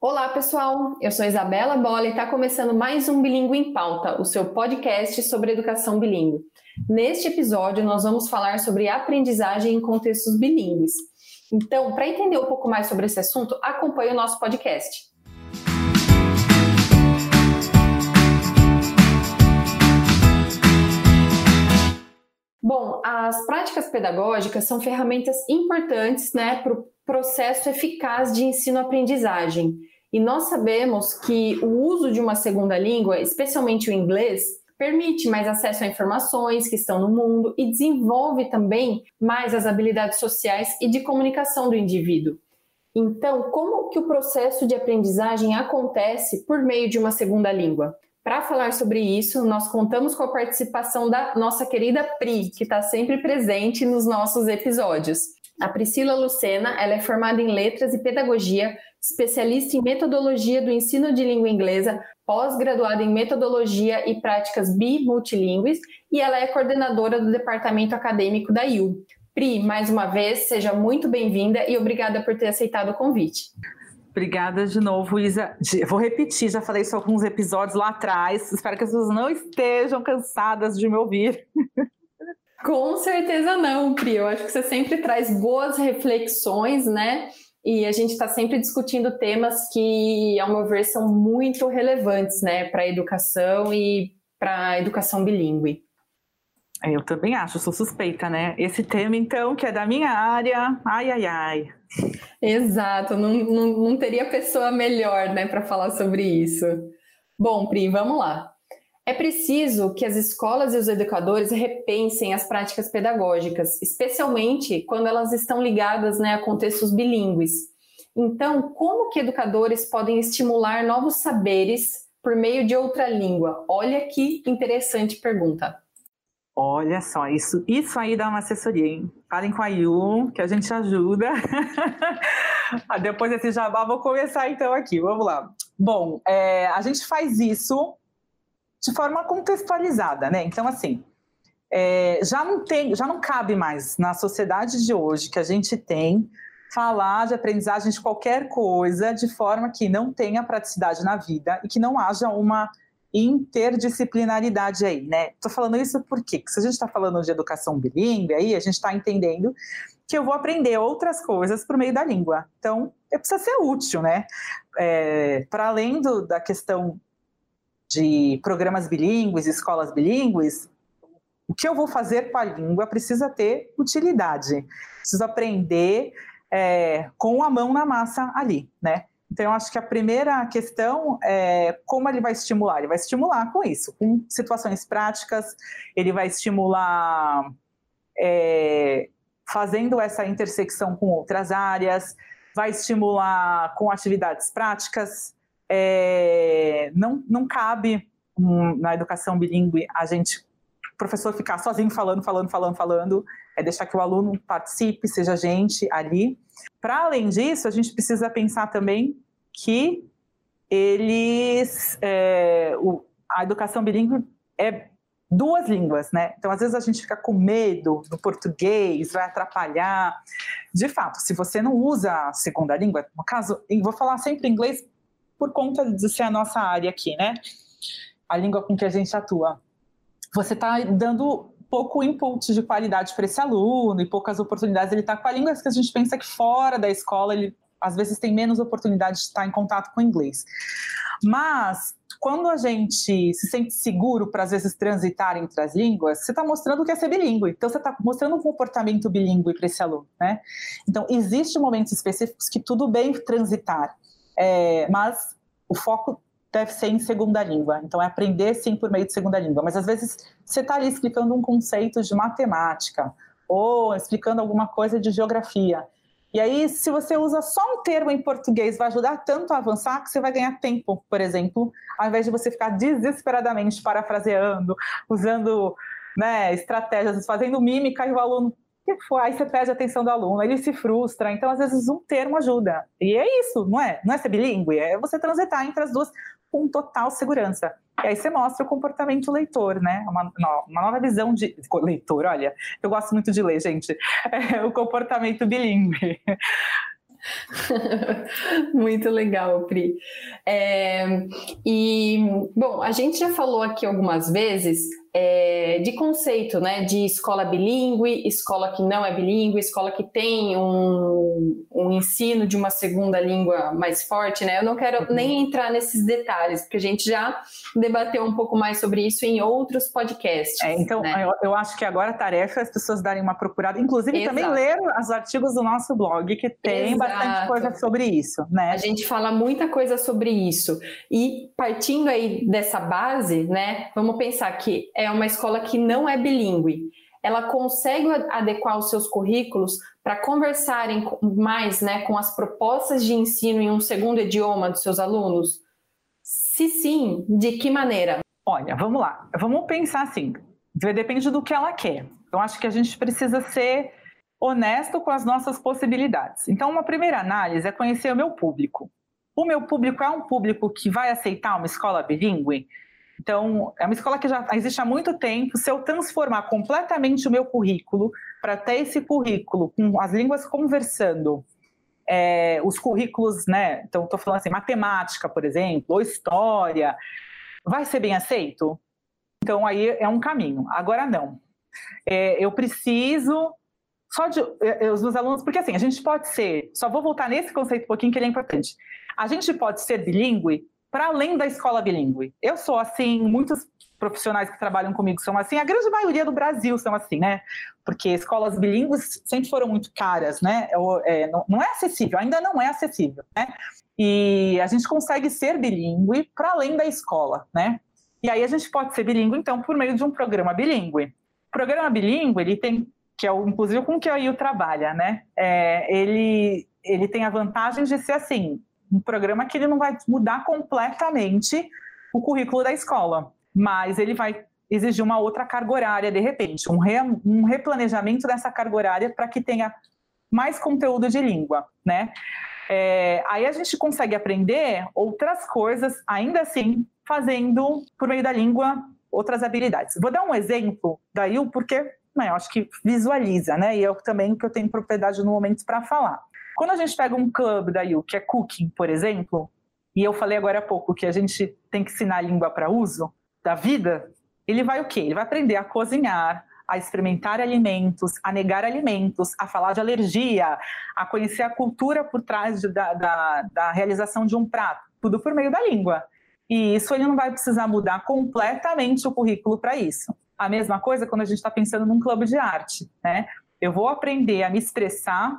Olá, pessoal! Eu sou Isabela Bolla e está começando mais um Bilíngue em Pauta, o seu podcast sobre educação bilíngue. Neste episódio, nós vamos falar sobre aprendizagem em contextos bilíngues. Então, para entender um pouco mais sobre esse assunto, acompanhe o nosso podcast. Bom, as práticas pedagógicas são ferramentas importantes, para o processo eficaz de ensino-aprendizagem. E nós sabemos que o uso de uma segunda língua, especialmente o inglês, permite mais acesso a informações que estão no mundo e desenvolve também mais as habilidades sociais e de comunicação do indivíduo. Então, como que o processo de aprendizagem acontece por meio de uma segunda língua? Para falar sobre isso, nós contamos com a participação da nossa querida Pri, que está sempre presente nos nossos episódios. A Priscila Lucena, ela é formada em Letras e Pedagogia, especialista em Metodologia do Ensino de Língua Inglesa, pós-graduada em Metodologia e Práticas Bi-Multilingües, e ela é coordenadora do Departamento Acadêmico da IU. Pri, mais uma vez, seja muito bem-vinda e obrigada por ter aceitado o convite. Obrigada de novo, Isa. Vou repetir, já falei isso em alguns episódios lá atrás. Espero que as pessoas não estejam cansadas de me ouvir. Com certeza não, Pri. Eu acho que você sempre traz boas reflexões, E a gente está sempre discutindo temas que, ao meu ver, são muito relevantes, para a educação e para a educação bilíngue. Eu também acho, sou suspeita, Esse tema, então, que é da minha área, ai. Exato, não teria pessoa melhor, para falar sobre isso. Bom, Pri, vamos lá. É preciso que as escolas e os educadores repensem as práticas pedagógicas, especialmente quando elas estão ligadas, a contextos bilíngues. Então, como que educadores podem estimular novos saberes por meio de outra língua? Olha que interessante pergunta. Olha só, isso aí dá uma assessoria, hein? Falem com a Yu, que a gente ajuda. Depois desse jabá, vou começar então aqui, vamos lá. Bom, a gente faz isso de forma contextualizada, Então, assim, já não cabe mais na sociedade de hoje que a gente tem falar de aprendizagem de qualquer coisa de forma que não tenha praticidade na vida e que não haja uma interdisciplinaridade aí, Tô falando isso por quê? Porque se a gente está falando de educação bilíngue, aí a gente está entendendo que eu vou aprender outras coisas por meio da língua. Então, precisa ser útil, Para além da questão de programas bilíngues, escolas bilíngues, o que eu vou fazer com a língua precisa ter utilidade. Preciso aprender com a mão na massa ali, Então, eu acho que a primeira questão é como ele vai estimular. Ele vai estimular com isso, com situações práticas, ele vai estimular fazendo essa intersecção com outras áreas, vai estimular com atividades práticas. Não cabe na educação bilíngue o professor ficar sozinho falando, deixar que o aluno participe, seja a gente ali. Para além disso, a gente precisa pensar também que a educação bilíngue é duas línguas, Então, às vezes a gente fica com medo do português, vai atrapalhar. De fato, se você não usa a segunda língua, no caso, eu vou falar sempre inglês por conta de ser a nossa área aqui, A língua com que a gente atua. Você está dando pouco input de qualidade para esse aluno e poucas oportunidades. Ele está com a língua que a gente pensa que fora da escola ele às vezes tem menos oportunidade de estar em contato com o inglês. Mas quando a gente se sente seguro para às vezes transitar entre as línguas, você está mostrando que é ser bilíngue. Então você está mostrando um comportamento bilíngue para esse aluno, Então existem momentos específicos que tudo bem transitar, mas o foco deve ser em segunda língua. Então, é aprender, sim, por meio de segunda língua. Mas, às vezes, você está ali explicando um conceito de matemática ou explicando alguma coisa de geografia. E aí, se você usa só um termo em português, vai ajudar tanto a avançar que você vai ganhar tempo, por exemplo, ao invés de você ficar desesperadamente parafraseando, usando estratégias, fazendo mímica e o aluno... O que foi? Aí você perde a atenção do aluno, ele se frustra. Então, às vezes, um termo ajuda. E é isso, não é? Não é ser bilíngue, é você transitar entre as duas com total segurança. E aí você mostra o comportamento leitor, Uma nova visão de leitor, olha, eu gosto muito de ler, gente. O comportamento bilíngue. Muito legal, Pri. Bom, a gente já falou aqui algumas vezes de conceito, né? De escola bilíngue, escola que não é bilíngue, escola que tem um ensino de uma segunda língua mais forte, né? Eu não quero nem entrar nesses detalhes, porque a gente já debateu um pouco mais sobre isso em outros podcasts. Então, né? eu acho que agora a tarefa é as pessoas darem uma procurada, inclusive Exato. Também ler os artigos do nosso blog, que tem Exato. Bastante coisa sobre isso, né? A gente fala muita coisa sobre isso. E partindo aí dessa base, né? Vamos pensar que é uma escola que não é bilíngue. Ela consegue adequar os seus currículos para conversarem mais, né, com as propostas de ensino em um segundo idioma dos seus alunos? Se sim, de que maneira? Olha, vamos lá. Vamos pensar assim. Depende do que ela quer. Eu acho que a gente precisa ser honesto com as nossas possibilidades. Então, uma primeira análise é conhecer o meu público. O meu público é um público que vai aceitar uma escola bilíngue? Então, é uma escola que já existe há muito tempo. Se eu transformar completamente o meu currículo para ter esse currículo com as línguas conversando, os currículos, né? Então, estou falando assim, matemática, por exemplo, ou história, vai ser bem aceito? Então, aí é um caminho. Agora, não. Eu preciso só os meus alunos, porque assim, a gente pode ser, só vou voltar nesse conceito um pouquinho que ele é importante. A gente pode ser bilíngue para além da escola bilíngue. Eu sou assim, muitos profissionais que trabalham comigo são assim, a grande maioria do Brasil são assim, né? Porque escolas bilíngues sempre foram muito caras, né? Não é acessível, ainda não é acessível, né? E a gente consegue ser bilíngue para além da escola, né? E aí a gente pode ser bilíngue, então, por meio de um programa bilíngue. O programa bilíngue, ele tem, que é inclusive com que a IU trabalha, né? Ele tem a vantagem de ser assim, um programa que ele não vai mudar completamente o currículo da escola, mas ele vai exigir uma outra carga horária, de repente, um replanejamento dessa carga horária para que tenha mais conteúdo de língua, né? Aí a gente consegue aprender outras coisas, ainda assim, fazendo, por meio da língua, outras habilidades. Vou dar um exemplo da IU, porque eu acho que visualiza, né? E também que eu tenho propriedade no momento para falar. Quando a gente pega um clube da IU, que é cooking, por exemplo, e eu falei agora há pouco que a gente tem que ensinar a língua para uso da vida, ele vai o quê? Ele vai aprender a cozinhar, a experimentar alimentos, a negar alimentos, a falar de alergia, a conhecer a cultura por trás da realização de um prato, tudo por meio da língua. E isso ele não vai precisar mudar completamente o currículo para isso. A mesma coisa quando a gente está pensando num clube de arte, né? Eu vou aprender a me expressar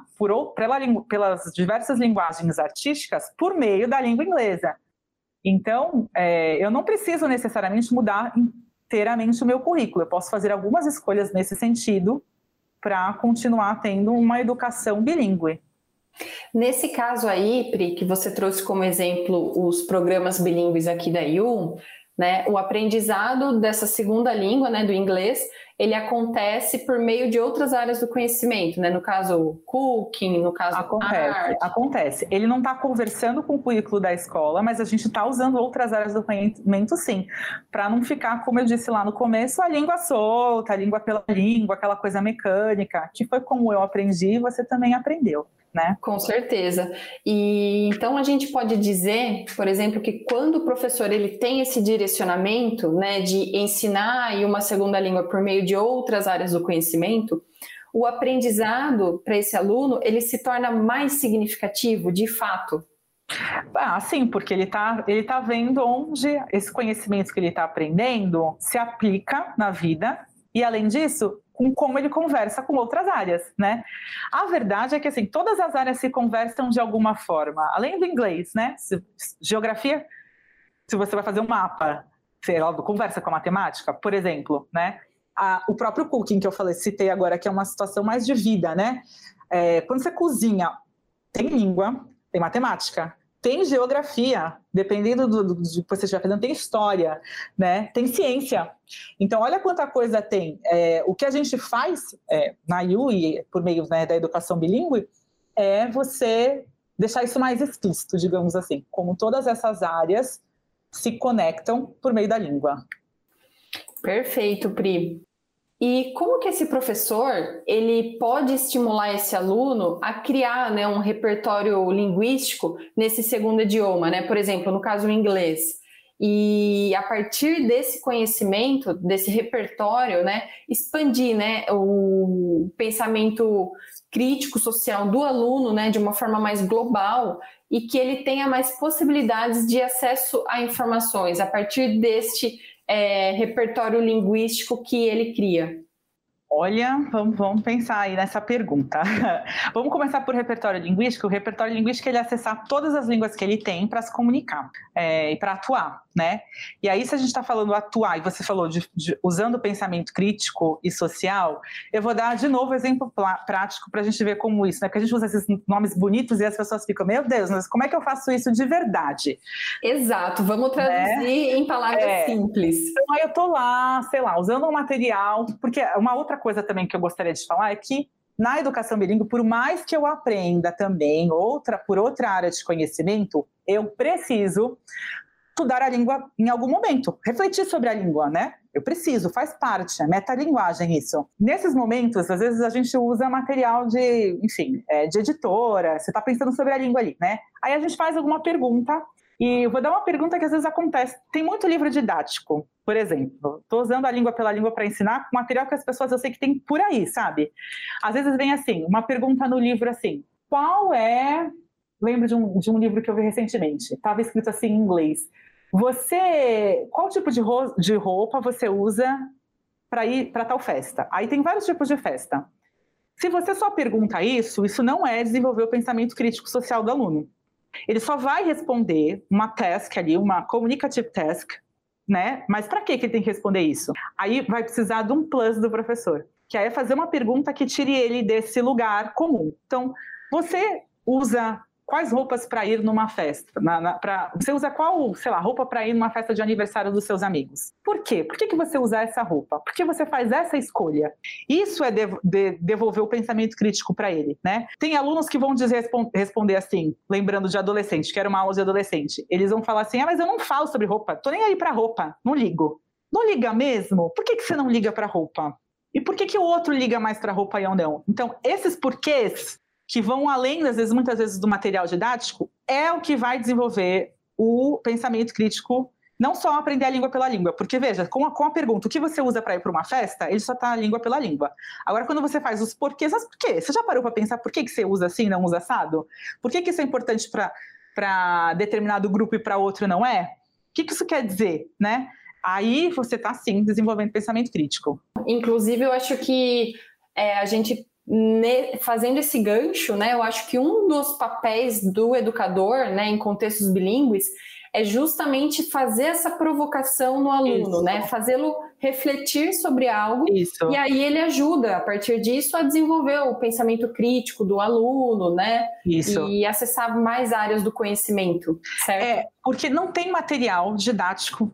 pelas diversas linguagens artísticas por meio da língua inglesa. Então, eu não preciso necessariamente mudar inteiramente o meu currículo. Eu posso fazer algumas escolhas nesse sentido para continuar tendo uma educação bilíngue. Nesse caso aí, Pri, que você trouxe como exemplo os programas bilíngues aqui da IU, né, o aprendizado dessa segunda língua, né, do inglês, ele acontece por meio de outras áreas do conhecimento, né? No caso, cooking, no caso, arte. Acontece. Ele não está conversando com o currículo da escola, mas a gente está usando outras áreas do conhecimento, sim, para não ficar, como eu disse lá no começo, a língua solta, a língua pela língua, aquela coisa mecânica, que foi como eu aprendi e você também aprendeu. Né? Com certeza. E então a gente pode dizer, por exemplo, que quando o professor ele tem esse direcionamento, né, de ensinar uma segunda língua por meio de outras áreas do conhecimento, o aprendizado para esse aluno ele se torna mais significativo, de fato. Sim, porque ele tá vendo onde esse conhecimento que ele está aprendendo se aplica na vida e, além disso, com como ele conversa com outras áreas, né? A verdade é que, assim, todas as áreas se conversam de alguma forma, além do inglês, né? Geografia, se você vai fazer um mapa, sei lá, conversa com a matemática, por exemplo, né? O próprio cooking que eu citei agora, que é uma situação mais de vida, né? Quando você cozinha, tem língua, tem matemática, tem geografia, dependendo do que você estiver fazendo, tem história, né? Tem ciência. Então, olha quanta coisa tem. O que a gente faz na IU e por meio, né, da educação bilíngue é você deixar isso mais explícito, digamos assim, como todas essas áreas se conectam por meio da língua. Perfeito, Pri. E como que esse professor, ele pode estimular esse aluno a criar, né, um repertório linguístico nesse segundo idioma, né? Por exemplo, no caso o inglês. E a partir desse conhecimento, desse repertório, né, expandir, né, o pensamento crítico social do aluno, né, de uma forma mais global e que ele tenha mais possibilidades de acesso a informações a partir deste repertório linguístico que ele cria. Olha, vamos pensar aí nessa pergunta. Vamos começar por repertório linguístico. O repertório linguístico é ele acessar todas as línguas que ele tem para se comunicar e para atuar, né? E aí, se a gente está falando atuar, e você falou usando o pensamento crítico e social, eu vou dar de novo exemplo prático para a gente ver como isso, né? Porque a gente usa esses nomes bonitos e as pessoas ficam, meu Deus, mas como é que eu faço isso de verdade? Exato, vamos traduzir em palavras simples. Então, aí eu tô lá, sei lá, usando um material, porque uma outra coisa também que eu gostaria de falar é que na educação bilíngue, por mais que eu aprenda também por outra área de conhecimento, eu preciso estudar a língua em algum momento, refletir sobre a língua, né? Eu preciso, faz parte, é metalinguagem isso. Nesses momentos, às vezes a gente usa material de editora, você está pensando sobre a língua ali, né? Aí a gente faz alguma pergunta, e eu vou dar uma pergunta que às vezes acontece. Tem muito livro didático, por exemplo. Estou usando a língua pela língua para ensinar com material que as pessoas eu sei que tem por aí, sabe? Às vezes vem assim, uma pergunta no livro assim, qual é... Lembro de um livro que eu vi recentemente, estava escrito assim em inglês. Qual tipo de roupa você usa para ir para tal festa? Aí tem vários tipos de festa. Se você só pergunta isso não é desenvolver o pensamento crítico social do aluno. Ele só vai responder uma task ali, uma communicative task, né? Mas para que ele tem que responder isso? Aí vai precisar de um plus do professor, que aí é fazer uma pergunta que tire ele desse lugar comum. Então, você usa quais roupas para ir numa festa? Você usa qual, sei lá, roupa para ir numa festa de aniversário dos seus amigos? Por quê? Por que você usa essa roupa? Por que você faz essa escolha? Isso é devolver o pensamento crítico para ele, né? Tem alunos que vão responder assim, lembrando de adolescente, que era uma aula de adolescente. Eles vão falar assim, mas eu não falo sobre roupa, tô nem aí para roupa, não ligo. Não liga mesmo? Por que você não liga para roupa? E por que o outro liga mais para roupa e eu não? Então, esses porquês que vão além, muitas vezes, do material didático, é o que vai desenvolver o pensamento crítico, não só aprender a língua pela língua, porque, veja, com a pergunta, o que você usa para ir para uma festa, ele só está a língua pela língua. Agora, quando você faz os porquês, mas por quê? Você já parou para pensar por que você usa assim, não usa assado? Por que isso é importante para determinado grupo e para outro não é? O que isso quer dizer, né? Aí você está, sim, desenvolvendo pensamento crítico. Inclusive, eu acho que a gente... fazendo esse gancho, né, eu acho que um dos papéis do educador, né, em contextos bilíngues, é justamente fazer essa provocação no aluno, né, fazê-lo refletir sobre algo, e aí ele ajuda, a partir disso, a desenvolver o pensamento crítico do aluno, né, e acessar mais áreas do conhecimento, certo? Porque não tem material didático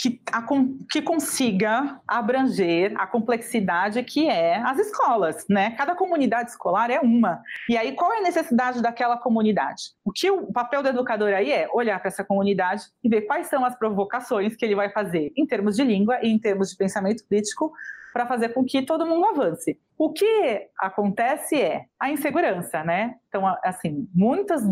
que consiga abranger a complexidade que é as escolas, né? Cada comunidade escolar é uma. E aí, qual é a necessidade daquela comunidade? O papel do educador aí é olhar para essa comunidade e ver quais são as provocações que ele vai fazer em termos de língua e em termos de pensamento crítico para fazer com que todo mundo avance. O que acontece é a insegurança, né? Então, assim, muitos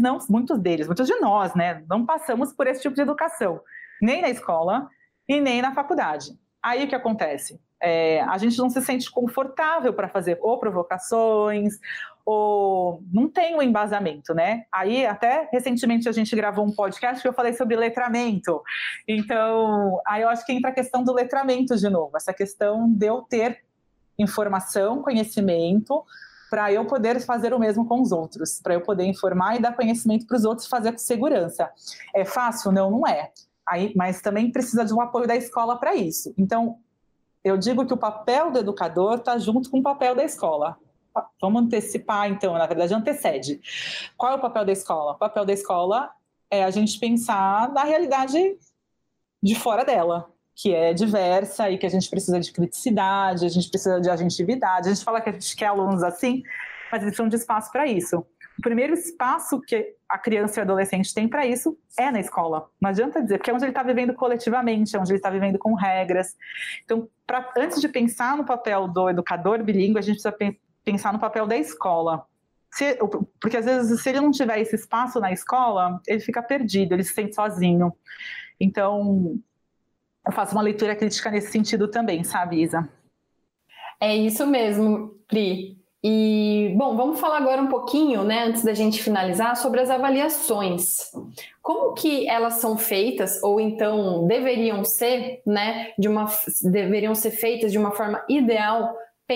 de nós, né, não passamos por esse tipo de educação. Nem na escola e nem na faculdade. Aí o que acontece? A gente não se sente confortável para fazer ou provocações, ou não tem um embasamento, né? Aí até recentemente a gente gravou um podcast que eu falei sobre letramento. Então, aí eu acho que entra a questão do letramento de novo, essa questão de eu ter informação, conhecimento, para eu poder fazer o mesmo com os outros, para eu poder informar e dar conhecimento para os outros e fazer com segurança. É fácil? Não, não é. Mas também precisa de um apoio da escola para isso. Então, eu digo que o papel do educador está junto com o papel da escola. Vamos antecipar, então, na verdade, antecede. Qual é o papel da escola? O papel da escola é a gente pensar na realidade de fora dela, que é diversa e que a gente precisa de criticidade, a gente precisa de agentividade. A gente fala que a gente quer alunos assim, mas eles precisam de espaço para isso. O primeiro espaço que a criança e o adolescente têm para isso é na escola. Não adianta dizer, porque é onde ele está vivendo coletivamente, é onde ele está vivendo com regras. Então, antes de pensar no papel do educador bilíngue, a gente precisa pensar no papel da escola. Porque às vezes, se ele não tiver esse espaço na escola, ele fica perdido, ele se sente sozinho. Então, eu faço uma leitura crítica nesse sentido também, sabe, Isa? É isso mesmo, Pri. E, bom, vamos falar agora um pouquinho, né, antes da gente finalizar, sobre as avaliações. Como que elas são feitas, ou então deveriam ser, né, deveriam ser feitas de uma forma ideal,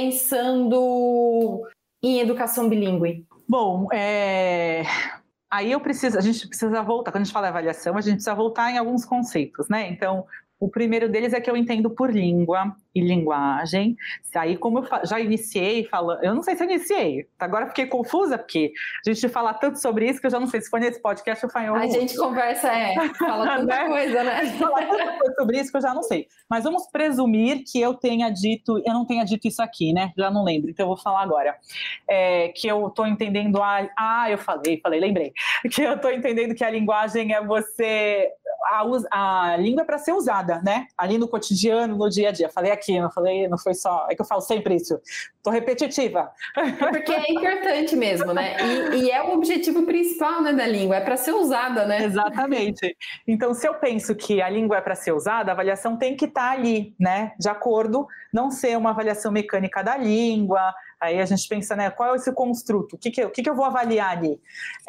pensando em educação bilíngue? Bom, aí a gente precisa voltar, quando a gente fala avaliação, a gente precisa voltar em alguns conceitos, né? Então, o primeiro deles é que eu entendo por língua e linguagem. Aí, como eu já iniciei falando, eu não sei se eu iniciei, agora fiquei confusa, porque a gente fala tanto sobre isso que eu já não sei se foi nesse podcast ou foi em A gente conversa, fala tanta né? coisa, né? Fala tanta coisa sobre isso que eu já não sei. Mas vamos presumir que eu não tenha dito isso aqui, né? Já não lembro, então eu vou falar agora. Que eu estou entendendo eu falei, lembrei. Que eu estou entendendo que a linguagem é você... A língua é para ser usada, né? Ali no cotidiano, no dia a dia. Falei aqui, não foi só... É que eu falo sempre isso. Estou repetitiva. Porque é importante mesmo, né? E é o objetivo principal, né, da língua, é para ser usada, né? Exatamente. Então, se eu penso que a língua é para ser usada, a avaliação tem que estar ali, né? De acordo, não ser uma avaliação mecânica da língua. Aí a gente pensa, né? Qual é esse construto? O que eu vou avaliar ali?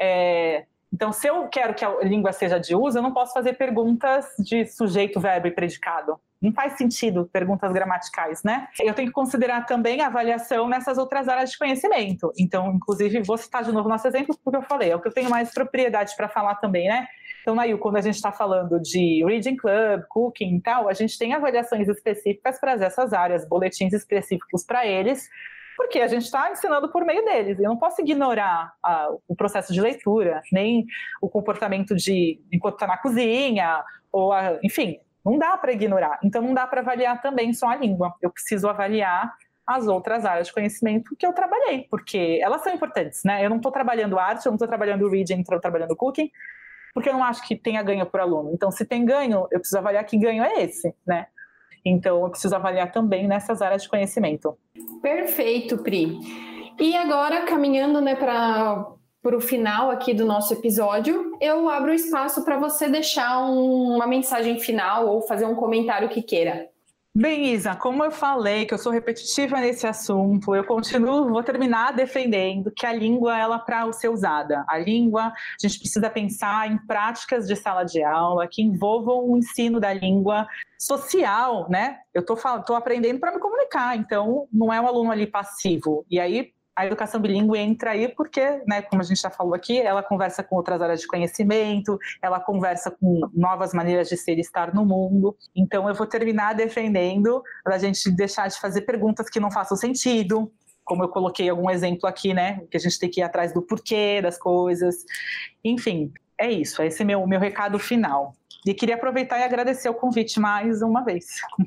Então, se eu quero que a língua seja de uso, eu não posso fazer perguntas de sujeito, verbo e predicado. Não faz sentido perguntas gramaticais, né? Eu tenho que considerar também a avaliação nessas outras áreas de conhecimento. Então, inclusive, vou citar de novo nosso exemplo, porque eu falei, é o que eu tenho mais propriedade para falar também, né? Então, Nail, quando a gente está falando de Reading Club, Cooking e tal, a gente tem avaliações específicas para essas áreas, boletins específicos para eles, porque a gente está ensinando por meio deles. Eu não posso ignorar o processo de leitura, nem o comportamento enquanto está na cozinha, enfim, não dá para ignorar. Então, não dá para avaliar também só a língua. Eu preciso avaliar as outras áreas de conhecimento que eu trabalhei, porque elas são importantes, né? Eu não estou trabalhando arte, eu não estou trabalhando reading, não estou trabalhando cooking, porque eu não acho que tenha ganho por aluno. Então, se tem ganho, eu preciso avaliar que ganho é esse, né? Então, eu preciso avaliar também nessas áreas de conhecimento. Perfeito, Pri. E agora, caminhando, né, para o final aqui do nosso episódio, eu abro espaço para você deixar uma mensagem final ou fazer um comentário que queira. Bem, Isa, como eu falei que eu sou repetitiva nesse assunto, vou terminar defendendo que a língua ela para ser usada. A língua, a gente precisa pensar em práticas de sala de aula que envolvam o ensino da língua social, né? Eu tô aprendendo para me comunicar, então não é um aluno ali passivo. E aí a educação bilíngue entra aí porque, né, como a gente já falou aqui, ela conversa com outras áreas de conhecimento, ela conversa com novas maneiras de ser e estar no mundo. Então, eu vou terminar defendendo a gente deixar de fazer perguntas que não façam sentido, como eu coloquei algum exemplo aqui, né, que a gente tem que ir atrás do porquê das coisas. Enfim, é isso, esse é meu recado final. E queria aproveitar e agradecer o convite mais uma vez.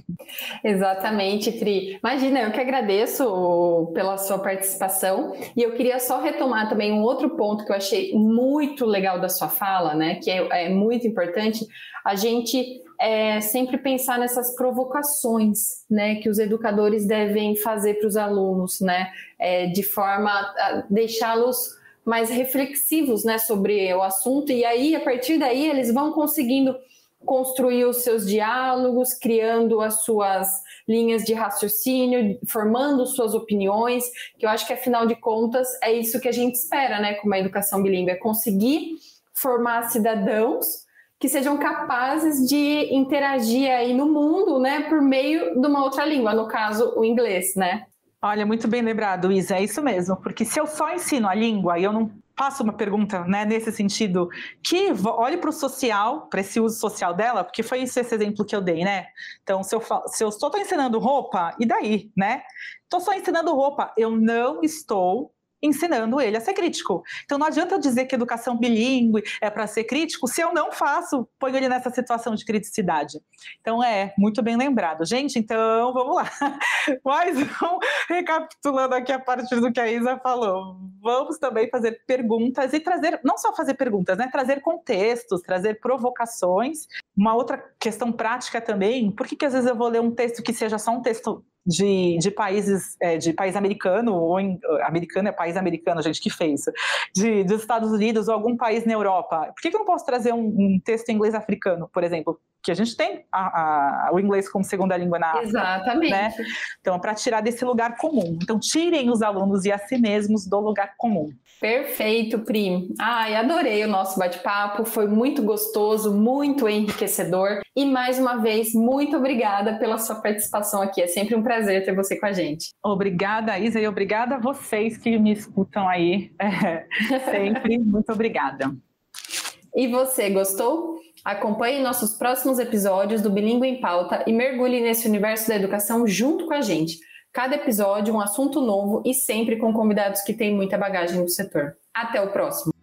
Exatamente, Pri. Imagina, eu que agradeço pela sua participação. E eu queria só retomar também um outro ponto que eu achei muito legal da sua fala, né? Que é muito importante a gente sempre pensar nessas provocações, né? Que os educadores devem fazer para os alunos, né? De forma a deixá-los mais reflexivos, né, sobre o assunto, e aí, a partir daí, eles vão conseguindo construir os seus diálogos, criando as suas linhas de raciocínio, formando suas opiniões, que eu acho que, afinal de contas, é isso que a gente espera, né, com uma educação bilíngue, é conseguir formar cidadãos que sejam capazes de interagir aí no mundo, né, por meio de uma outra língua, no caso, o inglês, né? Olha, muito bem lembrado, Isa, é isso mesmo, porque se eu só ensino a língua e eu não faço uma pergunta, né, nesse sentido, que olhe para o social, para esse uso social dela, porque foi esse exemplo que eu dei, né? Então, se eu só estou ensinando roupa, e daí, né? Estou só ensinando roupa, eu não estou ensinando ele a ser crítico. Então não adianta eu dizer que educação bilíngue é para ser crítico se eu não faço, ponho ele nessa situação de criticidade. Então muito bem lembrado. Gente, então vamos lá. Mas recapitulando aqui a partir do que a Isa falou, vamos também fazer perguntas e trazer, não só fazer perguntas, né? Trazer contextos, trazer provocações. Uma outra questão prática também, por que às vezes eu vou ler um texto que seja só um texto de países, de país americano, americano é país americano, gente, que fez isso, dos Estados Unidos ou algum país na Europa. Por que eu não posso trazer um texto em inglês africano, por exemplo? Que a gente tem o inglês como segunda língua na África. Exatamente. Né? Então, para tirar desse lugar comum. Então, tirem os alunos e a si mesmos do lugar comum. Perfeito, Pri. Ai, adorei o nosso bate-papo, foi muito gostoso, muito enriquecedor e mais uma vez, muito obrigada pela sua participação aqui, é sempre um prazer ter você com a gente. Obrigada, Isa, e obrigada a vocês que me escutam aí, sempre, muito obrigada. E você, gostou? Acompanhe nossos próximos episódios do Bilíngue em Pauta e mergulhe nesse universo da educação junto com a gente. Cada episódio um assunto novo e sempre com convidados que têm muita bagagem no setor. Até o próximo!